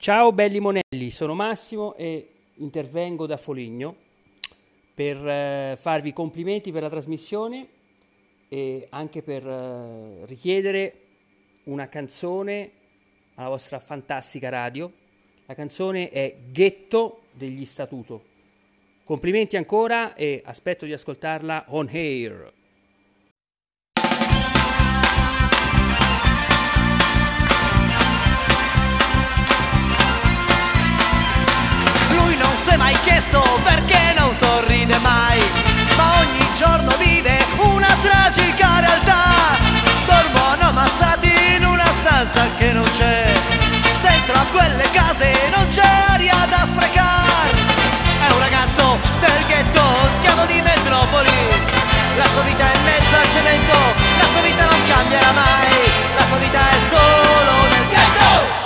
Ciao belli monelli, sono Massimo e intervengo da Foligno per farvi complimenti per la trasmissione e anche per richiedere una canzone alla vostra fantastica radio. La canzone è Ghetto degli Statuto. Complimenti ancora e aspetto di ascoltarla on air. Si è mai chiesto perché non sorride mai, ma ogni giorno vive una tragica realtà. Dormono ammassati in una stanza che non c'è, dentro a quelle case non c'è aria da sprecare. È un ragazzo del ghetto, schiavo di metropoli, la sua vita è in mezzo al cemento, la sua vita non cambierà mai, la sua vita è solo nel ghetto.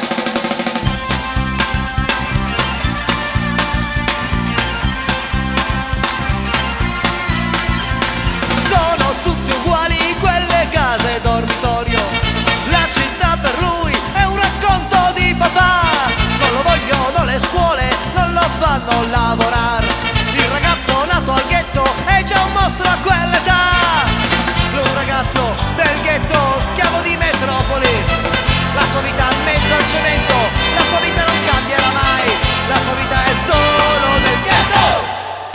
Case dormitorio, la città per lui è un racconto di papà. Non lo vogliono le scuole, non lo fanno lavorare. Il ragazzo nato al ghetto è già un mostro a quell'età. Lui è un ragazzo del ghetto, schiavo di metropoli, la sua vita in mezzo al cemento, la sua vita non cambierà mai, la sua vita è solo nel ghetto.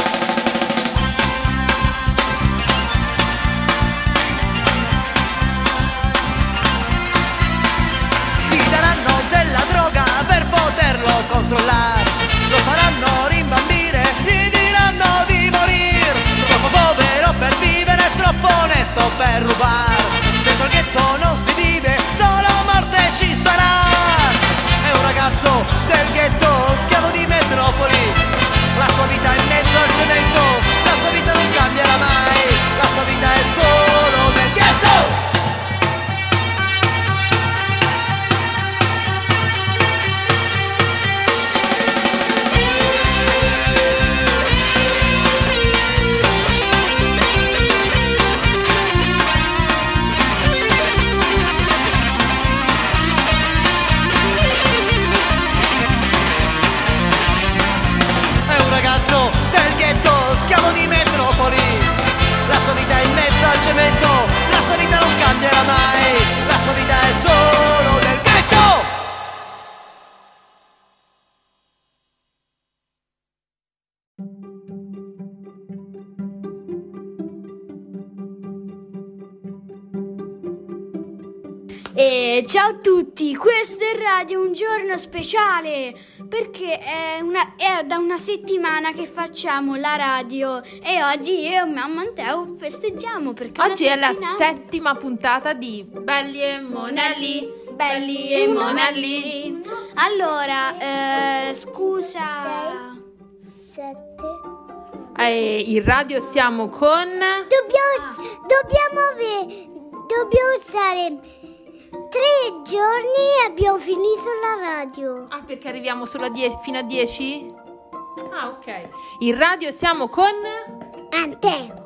Per poterlo controllare, lo faranno rimbambire, gli diranno di morire. Troppo povero per vivere, troppo onesto per rubare. Dentro il ghetto non si vive, solo morte ci sarà. È un ragazzo del ghetto, schiavo di metropoli, la sua vita è in mezzo al cemento, la sua vita non cambierà mai, la sua vita è solo nel ghetto. Schiavo di metropoli, la sua vita è in mezzo al cemento, la sua vita non cambierà mai, la sua vita è solo nel ghetto. E ciao a tutti, questo è Radio Un Giorno Speciale perché è da una settimana che facciamo la radio e oggi io e Matteo festeggiamo perché oggi è la settima puntata di Belli e Monelli. Belli e Monelli. Allora, scusa. 7. In radio siamo con... Dobbiamo stare 3 giorni e abbiamo finito la radio. Ah, perché arriviamo solo fino a 10? Ah, ok. In radio siamo con... Matteo.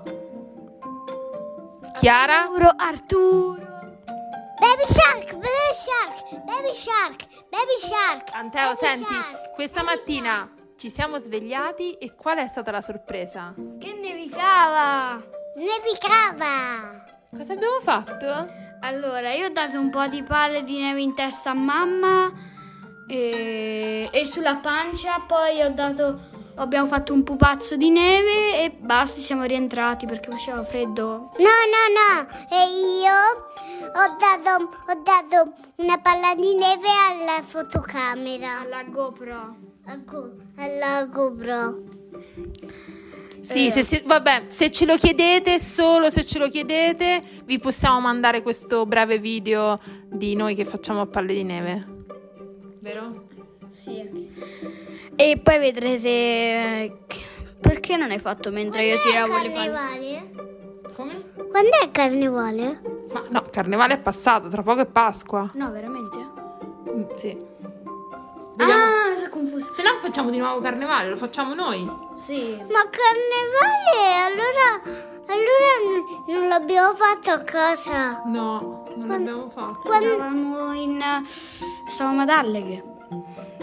Chiara. Arturo. Baby Shark, Baby Shark, Baby Shark, Baby Shark. Matteo, Baby senti, Shark, questa Baby mattina ci siamo svegliati e qual è stata la sorpresa? Che nevicava. Nevicava. Cosa abbiamo fatto? Allora, io ho dato un po' di palle di neve in testa a mamma e sulla pancia, poi abbiamo fatto un pupazzo di neve e basta, siamo rientrati perché faceva freddo. No, e io ho dato una palla di neve alla fotocamera. Alla GoPro. Alla GoPro. Sì, vabbè, se ce lo chiedete, solo se ce lo chiedete, vi possiamo mandare questo breve video di noi che facciamo a palle di neve. Vero? Sì. E poi vedrete perché non hai fatto mentre io tiravo le palle. Come? Quando è carnevale? Ma no, carnevale è passato, tra poco è Pasqua. No, veramente? Sì. Vediamo. Ah, mi sono confusa. Se no facciamo di nuovo carnevale, lo facciamo noi. Sì. Ma carnevale, allora non l'abbiamo fatto a casa. No, non l'abbiamo fatto. Stavamo ad Alleghe.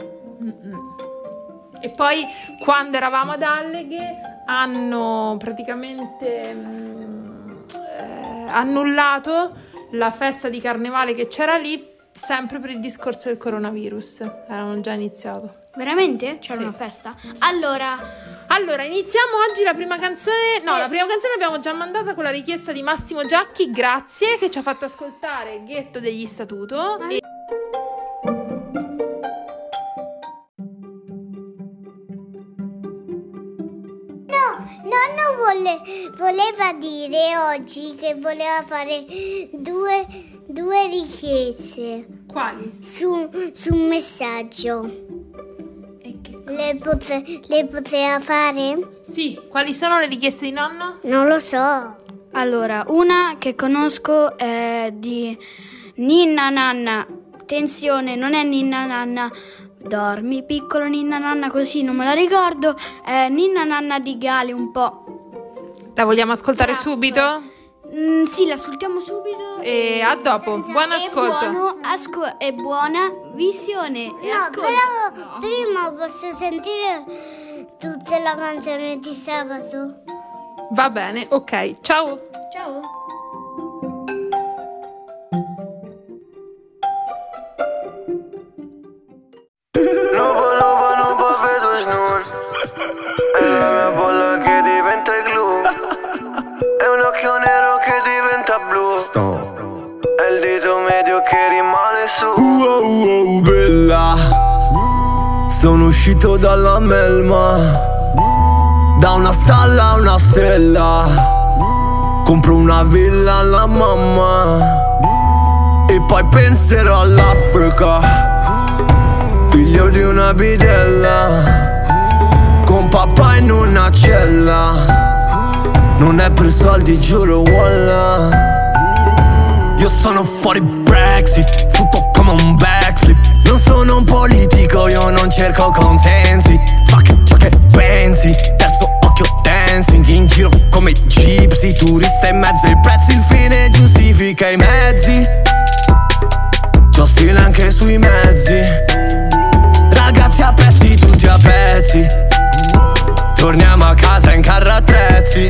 E poi quando eravamo ad Alleghe hanno praticamente annullato la festa di carnevale che c'era lì, sempre per il discorso del coronavirus. Erano già iniziato. Veramente? C'era Sì. una festa? Allora, Iniziamo oggi la prima canzone. No, la prima canzone l'abbiamo già mandata con la richiesta di Massimo Giacchi, grazie, che ci ha fatto ascoltare Ghetto degli Statuto. E... Nonno voleva dire oggi che voleva fare due richieste Quali? su un messaggio. e che Le poteva fare? Sì, quali sono le richieste di nonno? Non lo so. Allora, una che conosco è di Ninna Nanna. Attenzione, non è Ninna Nanna dormi, piccolo Ninna Nanna, così non me la ricordo. È Ninna Nanna di Gali un po'. La vogliamo ascoltare Trap. subito? Sì, l'ascoltiamo subito. E a dopo, buon ascolto. È buona visione. E No, ascolto. però prima posso sentire tutta la canzone di sabato. Va bene, ok, ciao. Ciao. Nubo vedo snur. È la mia bolla che diventa glue. È un occhio nero che diventa blu. È il dito medio che rimane su. Bella. Sono uscito dalla melma. Da una stalla a una stella. Compro una villa alla mamma. E poi penserò all'Africa. Figlio di una bidella, con papà in una cella. Non è per soldi, giuro, wallah. Io sono fuori Brexit, frutto come un backflip. Non sono un politico, io non cerco consensi. Fuck ciò che pensi, terzo occhio dancing. In giro come gypsy, turista in mezzo ai prezzi. Il fine giustifica i mezzi. C'ho stile anche sui mezzi. Ragazzi a pezzi, tutti a pezzi. Torniamo a casa in carro attrezzi.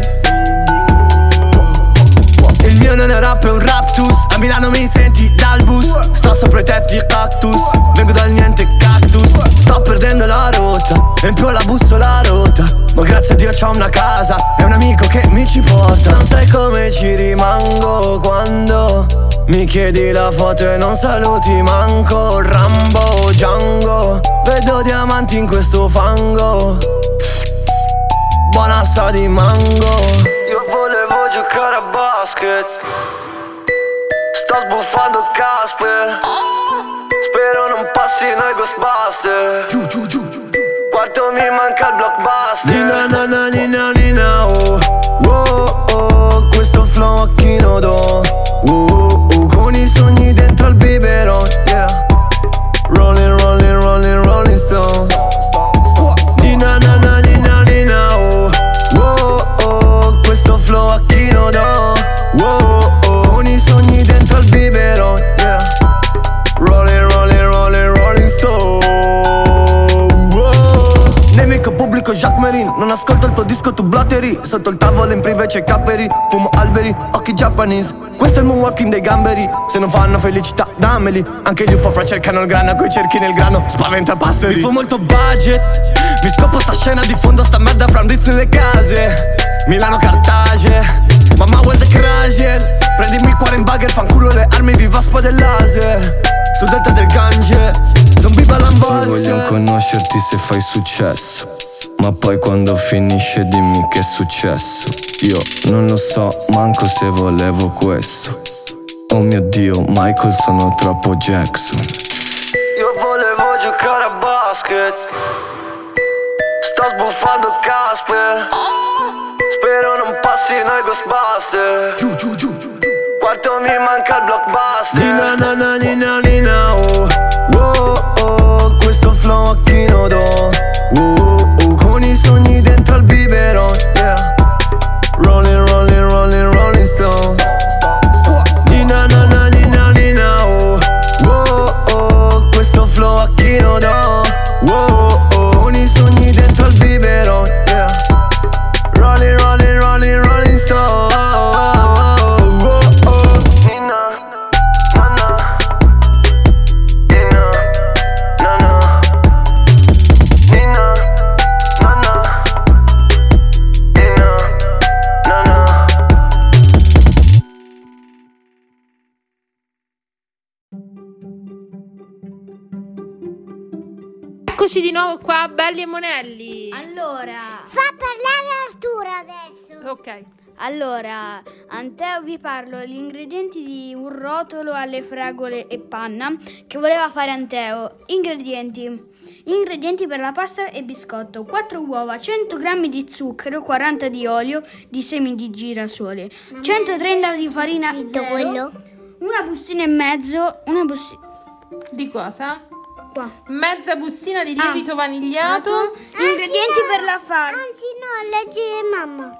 Il mio non è rap, è un raptus. A Milano mi senti dal bus. Sto sopra i tetti cactus. Vengo dal niente cactus. Sto perdendo la rotta. E in più la bussola rotta. Ma grazie a Dio c'ho una casa e un amico che mi ci porta. Non sai come ci rimango quando mi chiedi la foto e non saluti manco. Rambo, Django. Vedo diamanti in questo fango. Buona sta di mango. Io volevo giocare a basket. Sto sbuffando Casper. Spero non passino i Ghostbuster. Quanto mi manca il blockbuster. Nina nana nina nina oh. Oh oh. Questo flow a chi non do. Oh oh. Con i sogni dentro al biberon. Yeah. Rolling rolling rolling rolling stone. Nina nana nina nina oh. Oh oh. Questo flow a chi non do. Oh oh. Con i sogni dentro al biberon. Yeah. Rolling rolling rolling rolling stone. Nemico pubblico Jacques Marine. Non ascolto il tuo disco, tu blatteri. Sotto il tavolo in privé c'è Capperi. Fumo alberi, occhi Japanese. Questo è il moonwalking dei gamberi. Se non fanno felicità dammeli. Anche gli UFO fra cercano il grano. Coi cerchi nel grano, spaventa passeri. Mi fu molto budget. Mi scopo sta scena di fondo, sta merda fra un Ritz nelle case. Milano Cartage. Mamma vuol the crasher. Prendimi il cuore in bagger, fanculo le armi, viva spada e laser. Sul delta del Gange. Zombie ballan Voglio conoscerti se fai successo. Ma poi quando finisce dimmi che è successo. Io non lo so manco se volevo questo. Oh mio Dio, Michael, sono troppo Jackson. Io volevo giocare a basket. Sto sbuffando Casper. Spero non passino i Ghostbuster. Quanto mi manca il blockbuster. Nina nana nina nina oh. Oh oh. Questo flow a chi non do. Oh oh. Con i sogni dentro al biberon. Yeah. Rolling rolling rolling rolling stone. Nina nana nina nina oh. Oh oh. Questo flow a chi non do. Oh Eccoci di nuovo qua, belli e monelli. Allora, Fa parlare Arturo adesso. Ok. Allora, Anteo vi parlo degli ingredienti di un rotolo alle fragole e panna che voleva fare Anteo. Ingredienti per la pasta e biscotto: 4 uova, 100 g di zucchero, 40 di olio di semi di girasole, 130 di farina zero, quello? una bustina e mezzo, Di cosa? qua. Mezza bustina di lievito vanigliato. Ingredienti per la farcia. Anzi no, leggi mamma.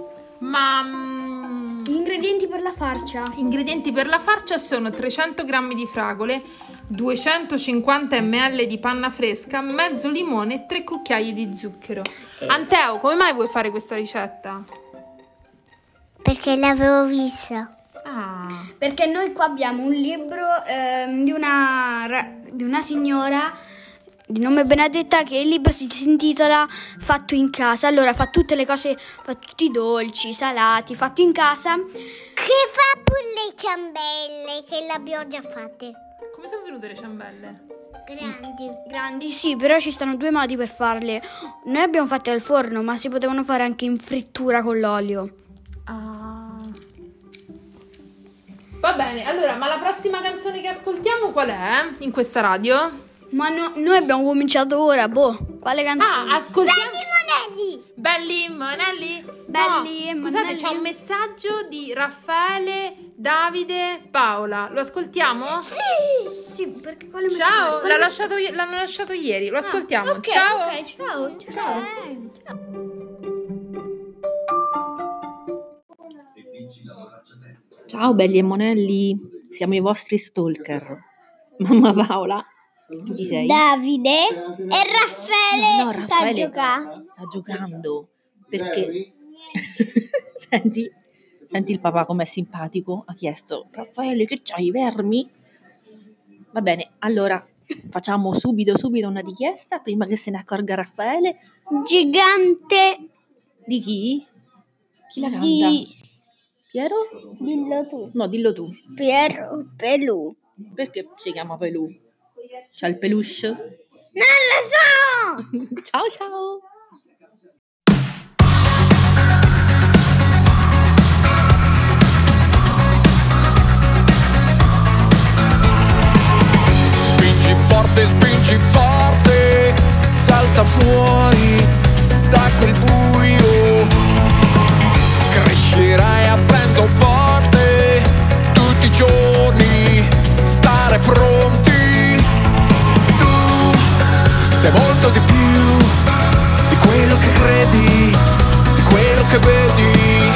Gli ingredienti per la farcia. Ingredienti per la farcia sono 300 g di fragole, 250 ml di panna fresca, mezzo limone e 3 cucchiai di zucchero. Anteo, come mai vuoi fare questa ricetta? Perché l'avevo vista. Ah, Perché noi qua abbiamo un libro di una signora di nome Benedetta, che il libro si intitola Fatto in casa. Allora fa tutte le cose, fa tutti i dolci, i salati, fatti in casa. Che fa pure le ciambelle, che le abbiamo già fatte. come sono venute le ciambelle? Grandi, sì, però ci stanno 2 modi per farle. Noi abbiamo fatte al forno, ma si potevano fare anche in frittura con l'olio. Ah. Va bene, allora, ma la prossima canzone che ascoltiamo qual è? In questa radio? Ma noi abbiamo cominciato ora, quale canzone? Ascoltiamo Monelli! Belli Monelli. Belli e Scusate, Monelli. c'è un messaggio di Raffaele, Davide, Paola. Lo ascoltiamo? Sì, perché quale Ciao, messaggio? l'hanno lasciato ieri. Lo ascoltiamo. Ok, Ciao. ok, ciao. Ciao belli e monelli, siamo i vostri stalker. Mamma Paola, chi sei? Davide e Raffaele, No, sta Raffaele giocando. sta giocando perché senti il papà com'è simpatico, ha chiesto: Raffaele, che c'hai, i vermi? Va bene, allora facciamo subito una richiesta prima che se ne accorga Raffaele. Gigante Di chi? Chi la canta? di... Piero? Dillo tu. No, dillo tu. Piero Pelù. Perché si chiama Pelù? C'ha il peluche? Non lo so! Ciao ciao! Spingi forte, salta fuori da quel buio. Crescerai aprendo porte tutti i giorni, stare pronti. Tu sei molto di più di quello che credi, di quello che vedi.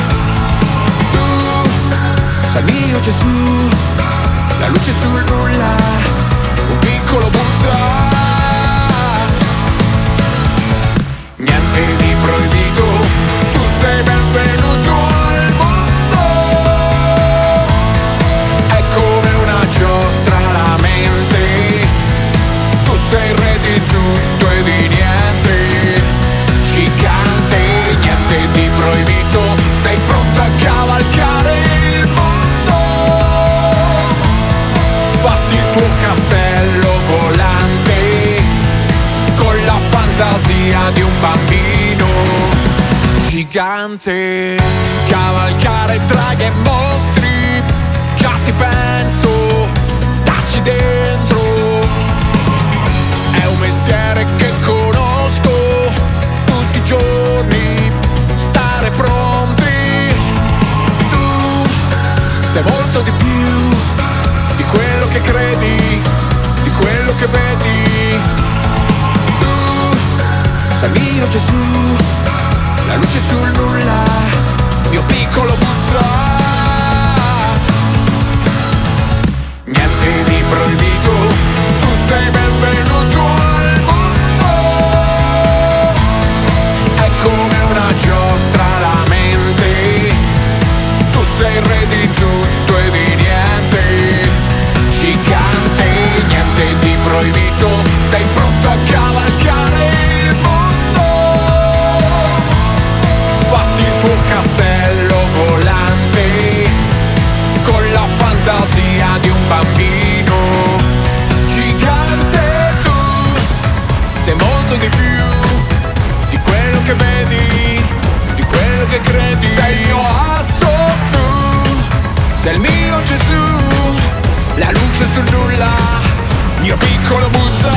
Tu sei il mio Gesù, la luce sul nulla, un piccolo Buddha. Niente di proibito, tu sei benvenuto al mondo. È come una giostra la mente, tu sei il re di tutto e di niente. Gigante, niente di proibito, sei pronto a cavalcare il mondo. Fatti il tuo castello volante con la fantasia di un bambino gigante. Cavalcare draghi e mostri, già ti penso, dacci dentro. È un mestiere che conosco tutti i giorni, stare pronti. Tu sei molto di più di quello che credi, di quello che vedi. Tu sei mio Gesù, la luce sul nulla, mio piccolo Buddha. Niente di proibito, tu sei benvenuto al mondo. È come una giostra la mente, tu sei il re di tutto e di niente. Gigante, niente di proibito, sei pronto a cavalcare il mondo. Fatti il tuo castello volante con la fantasia di un bambino gigante. Tu sei con la Buddha.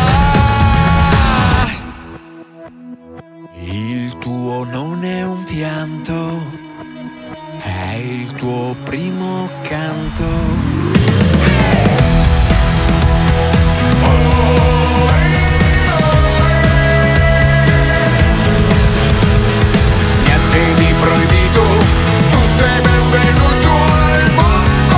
Il tuo non è un pianto, è il tuo primo canto. Niente di proibito, tu sei benvenuto al mondo.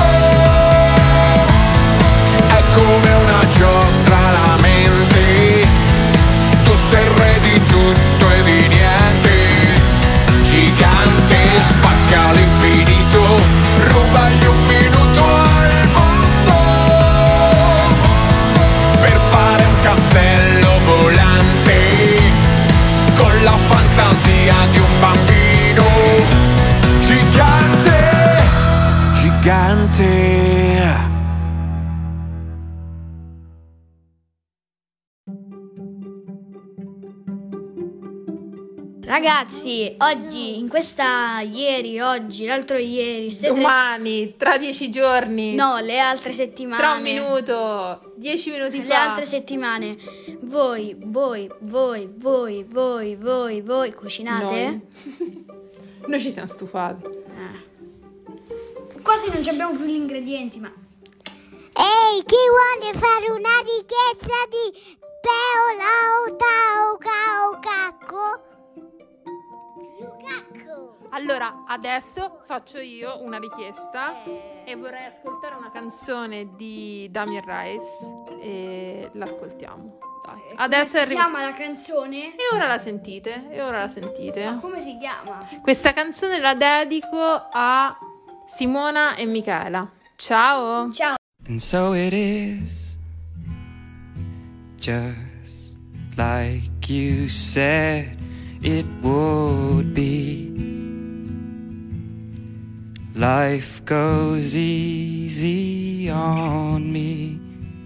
È come una giostra la mente, tu sei il re di tutto e di niente. Gigante, spacca l'infinito, rubagli un minuto al mondo per fare un castello volante con la fantasia di un bambino. Gigante, gigante. Ragazzi, oggi, l'altro ieri, domani, tra 10 giorni. No, le altre settimane. Tra un minuto, 10 minuti fa. Le altre settimane. Voi cucinate? Noi ci siamo stufati. Quasi non abbiamo più gli ingredienti, ma... Ehi, chi vuole fare una richiesta di peola o cacco? Allora, adesso faccio io una richiesta e vorrei ascoltare una canzone di Damien Rice e l'ascoltiamo. Dai. Adesso si chiama la canzone? E ora la sentite, Ma come si chiama? Questa canzone la dedico a Simona e Michaela. Ciao! Ciao! And so it is, just like you said it would be. Life goes easy on me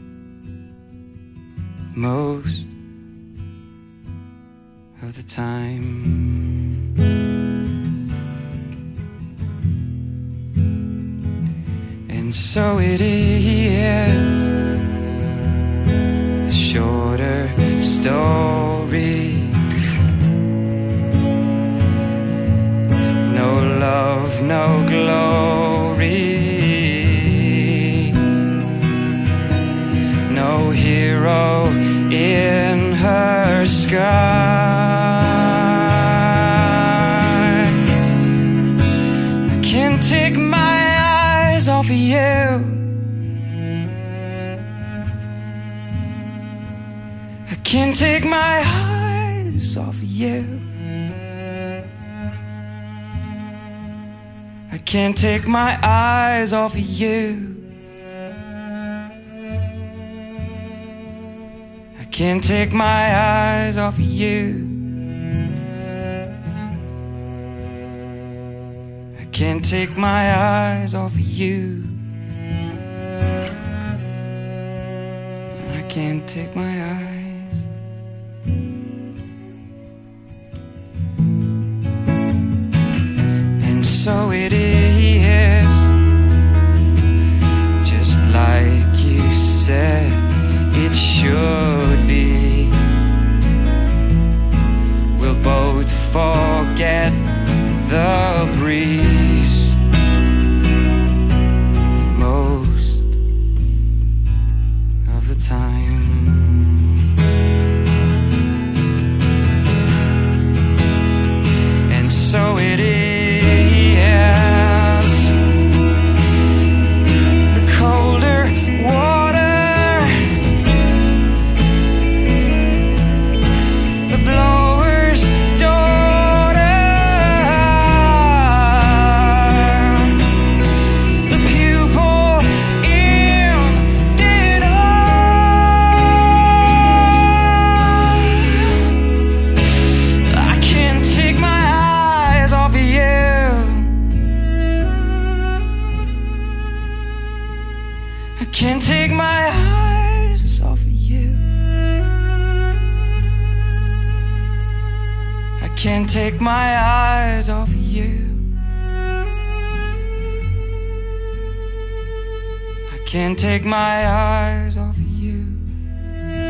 most of the time. And so it is, the shorter story. No love, no glory, no hero in her sky. I can't take my eyes off of you. I can't take my eyes off of you. I can't take my eyes off of you. I can't take my eyes off of you. I can't take my eyes off of you. I can't take my eyes. And so it is, just like you said it should be. We'll both forget the breeze most of the time. And so it is, the colder water, the blower's daughter, the pupil in ditto. I can't take my eyes off of you. I can't take my eyes off of you. I can't take my eyes off of you. I can't take my eyes off of you.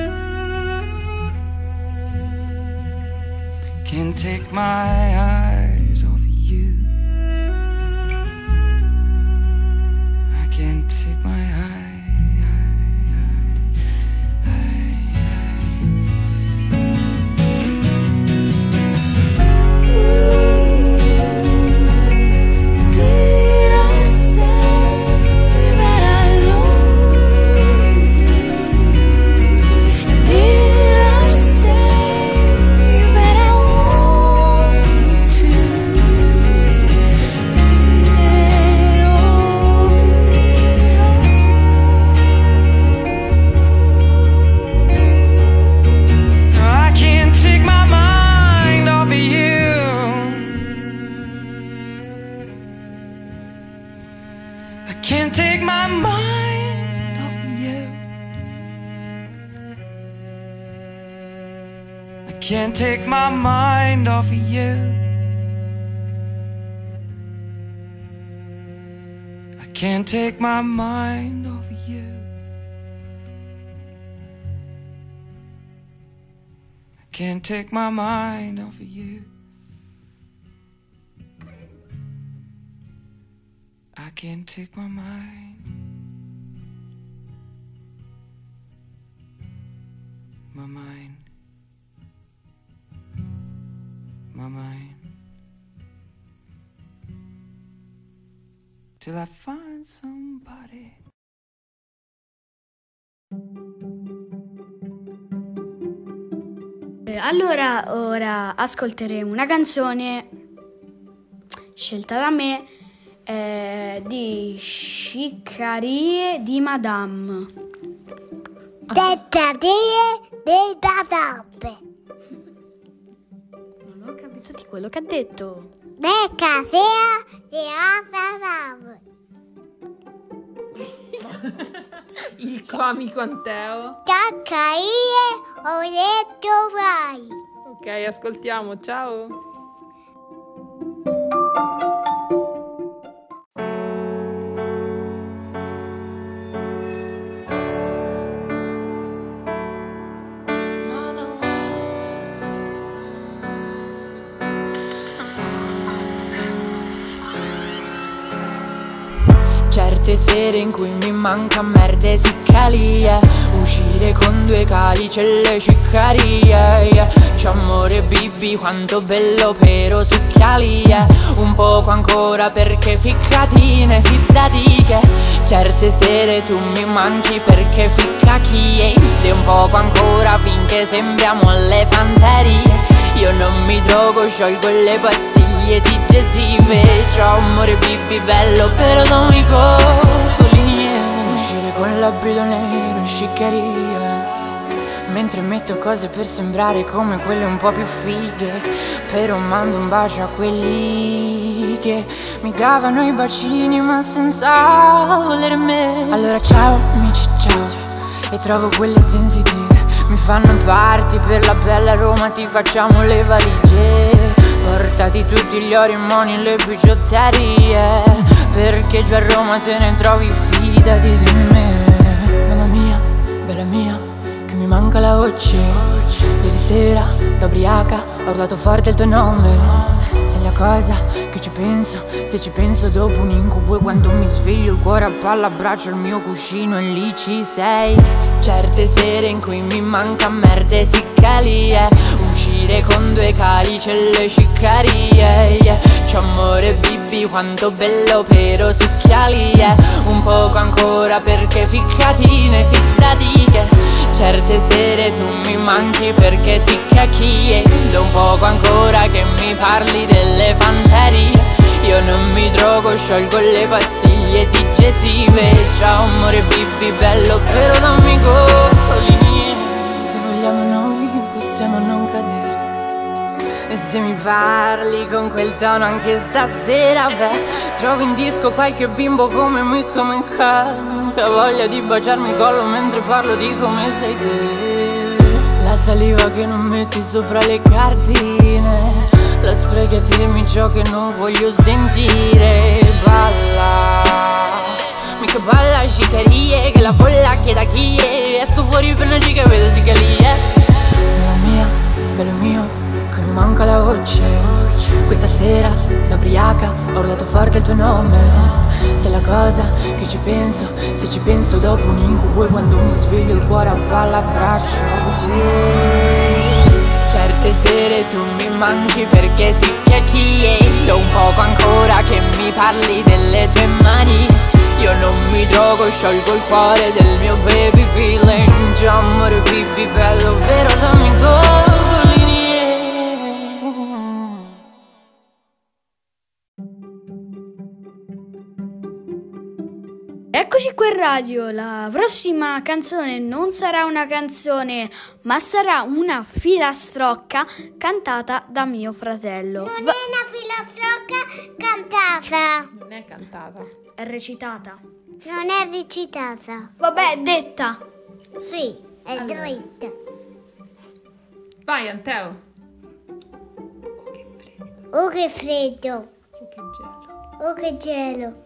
can't take my eyes off of you. I can't take my eyes. Can't take my mind off of you. I can't take my mind off of you. I can't take my mind off of you. I can't take my mind off of you. I can't take my mind. My mind. My mind. Till I find somebody. Allora, ora ascolteremo una canzone scelta da me di Sciccarie di Madame. Sciccarie di Madame. Non ho capito di quello che ha detto. Sciccarie di Madame. Il comico Anteo. Sciccarie ho detto vai. Ok, ascoltiamo, ciao. Certe sere in cui mi manca merda e siccalie, uscire con due calici e le ciccarie. C'è amore bibi quanto bello però succhialie. Un poco ancora perché ficcatine, fidati che certe sere tu mi manchi perché ficca chi è. E un poco ancora finché sembriamo alle fanterie. Io non mi drogo, sciolgo le pastiglie digestive. C'ho amore bibi bello però non mi coccoline. Uscire con l'abito nero in sciccheria, mentre metto cose per sembrare come quelle un po' più fighe. Però mando un bacio a quelli che mi davano i bacini ma senza voler me. Allora ciao amici ciao, e trovo quelle sensitive mi fanno party per la bella Roma, ti facciamo le valigie. Portati tutti gli ori e moni e le bigiotterie, perché già a Roma te ne trovi, fidati di me. Mamma mia, bella mia, che mi manca la voce. Ieri sera, da ubriaca, ho urlato forte il tuo nome. Sei la cosa che ci penso, se ci penso dopo un incubo. E quando mi sveglio il cuore a palla, abbraccio il mio cuscino e lì ci sei. Certe sere in cui mi manca merda e siccalie, uscire con due calici e le ciccarie. C'ho amore bibi quanto bello però succhialie. Un poco ancora perché ficcatine, fidati che certe sere tu mi manchi perché siccachie. Ed un poco ancora che mi parli delle fanterie. Io non mi drogo, sciolgo le pastiglie digestive. Ciao amore bibi bello però dammi coccoline. Se vogliamo noi possiamo non cadere. E se mi parli con quel tono anche stasera, beh, trovo in disco qualche bimbo come me, come calmo, che ha voglia di baciarmi il collo mentre parlo di come sei te. La saliva che non metti sopra le cartine, la sprechi a dirmi ciò che non voglio sentire. Balla, mica balla sciccherie, che la folla chieda chi è. Esco fuori per una giga e vedo si che lì è. Bella mia, bello mio, che mi manca la voce. nome. Sei la cosa che ci penso, se ci penso dopo un incubo, e quando mi sveglio il cuore a palla braccio te. Certe sere tu mi manchi perché si chiacchiera un poco ancora che mi parli delle tue mani. Io non mi drogo, sciolgo il cuore del mio baby feeling. Già amore baby bello, vero dammi gol. Eccoci qui in radio, la prossima canzone non sarà una canzone, ma sarà una filastrocca cantata da mio fratello. Non è una filastrocca cantata. Non è cantata. È recitata. Non è recitata. Vabbè, è detta. Sì, è dritta. Vai, Anteo. Oh che freddo. Oh che gelo. Oh che gelo.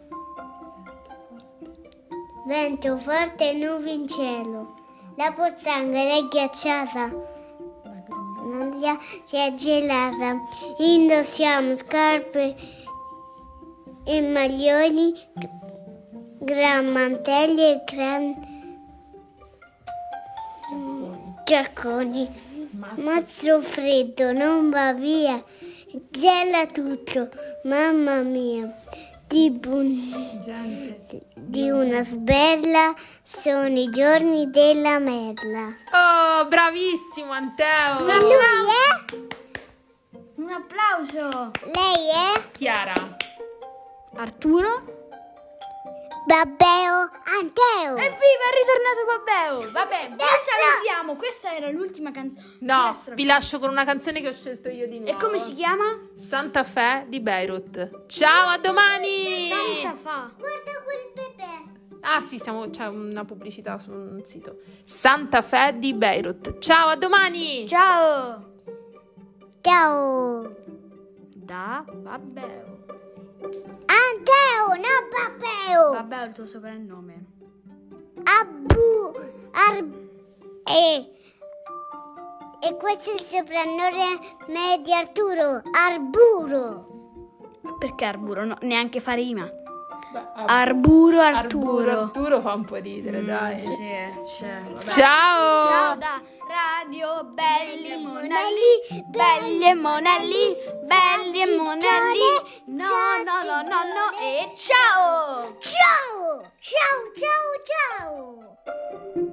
Vento forte e nubi in cielo. La pozzanghera è ghiacciata. L'aria si è gelata. Indossiamo scarpe e maglioni, gran mantelli e gran giacconi. Mastro freddo non va via. Gela tutto, mamma mia. Di una sberla sono i giorni della merla. Oh, bravissimo Anteo. E lui è? Un applauso. Lei è? Chiara. Arturo. Babbeo Anteo. Evviva, è ritornato Babbeo. Vabbè, vi salutiamo. Questa era l'ultima canzone. No, vi lascio con una canzone che ho scelto io di nuovo. E come si chiama? Santa Fe di Beirut. Ciao, a domani. Santa Fa. Guarda quel Pepe. Ah sì, c'è una pubblicità su un sito. Santa Fe di Beirut. Ciao, a domani. Ciao. Ciao. Da Babbeo. Anteo, no Babbeo. Babbeo è il tuo soprannome. E questo è il soprannome di Arturo, Arburo. Perché Arburo? No, neanche fa rima. Arburo Arturo. Arturo fa un po' ridere, dai. Sì, vabbè. Ciao. Ciao da Radio Belli Monelli, Belli e Monelli, Belli e Monelli. No, e ciao! Ciao! Ciao, ciao, ciao!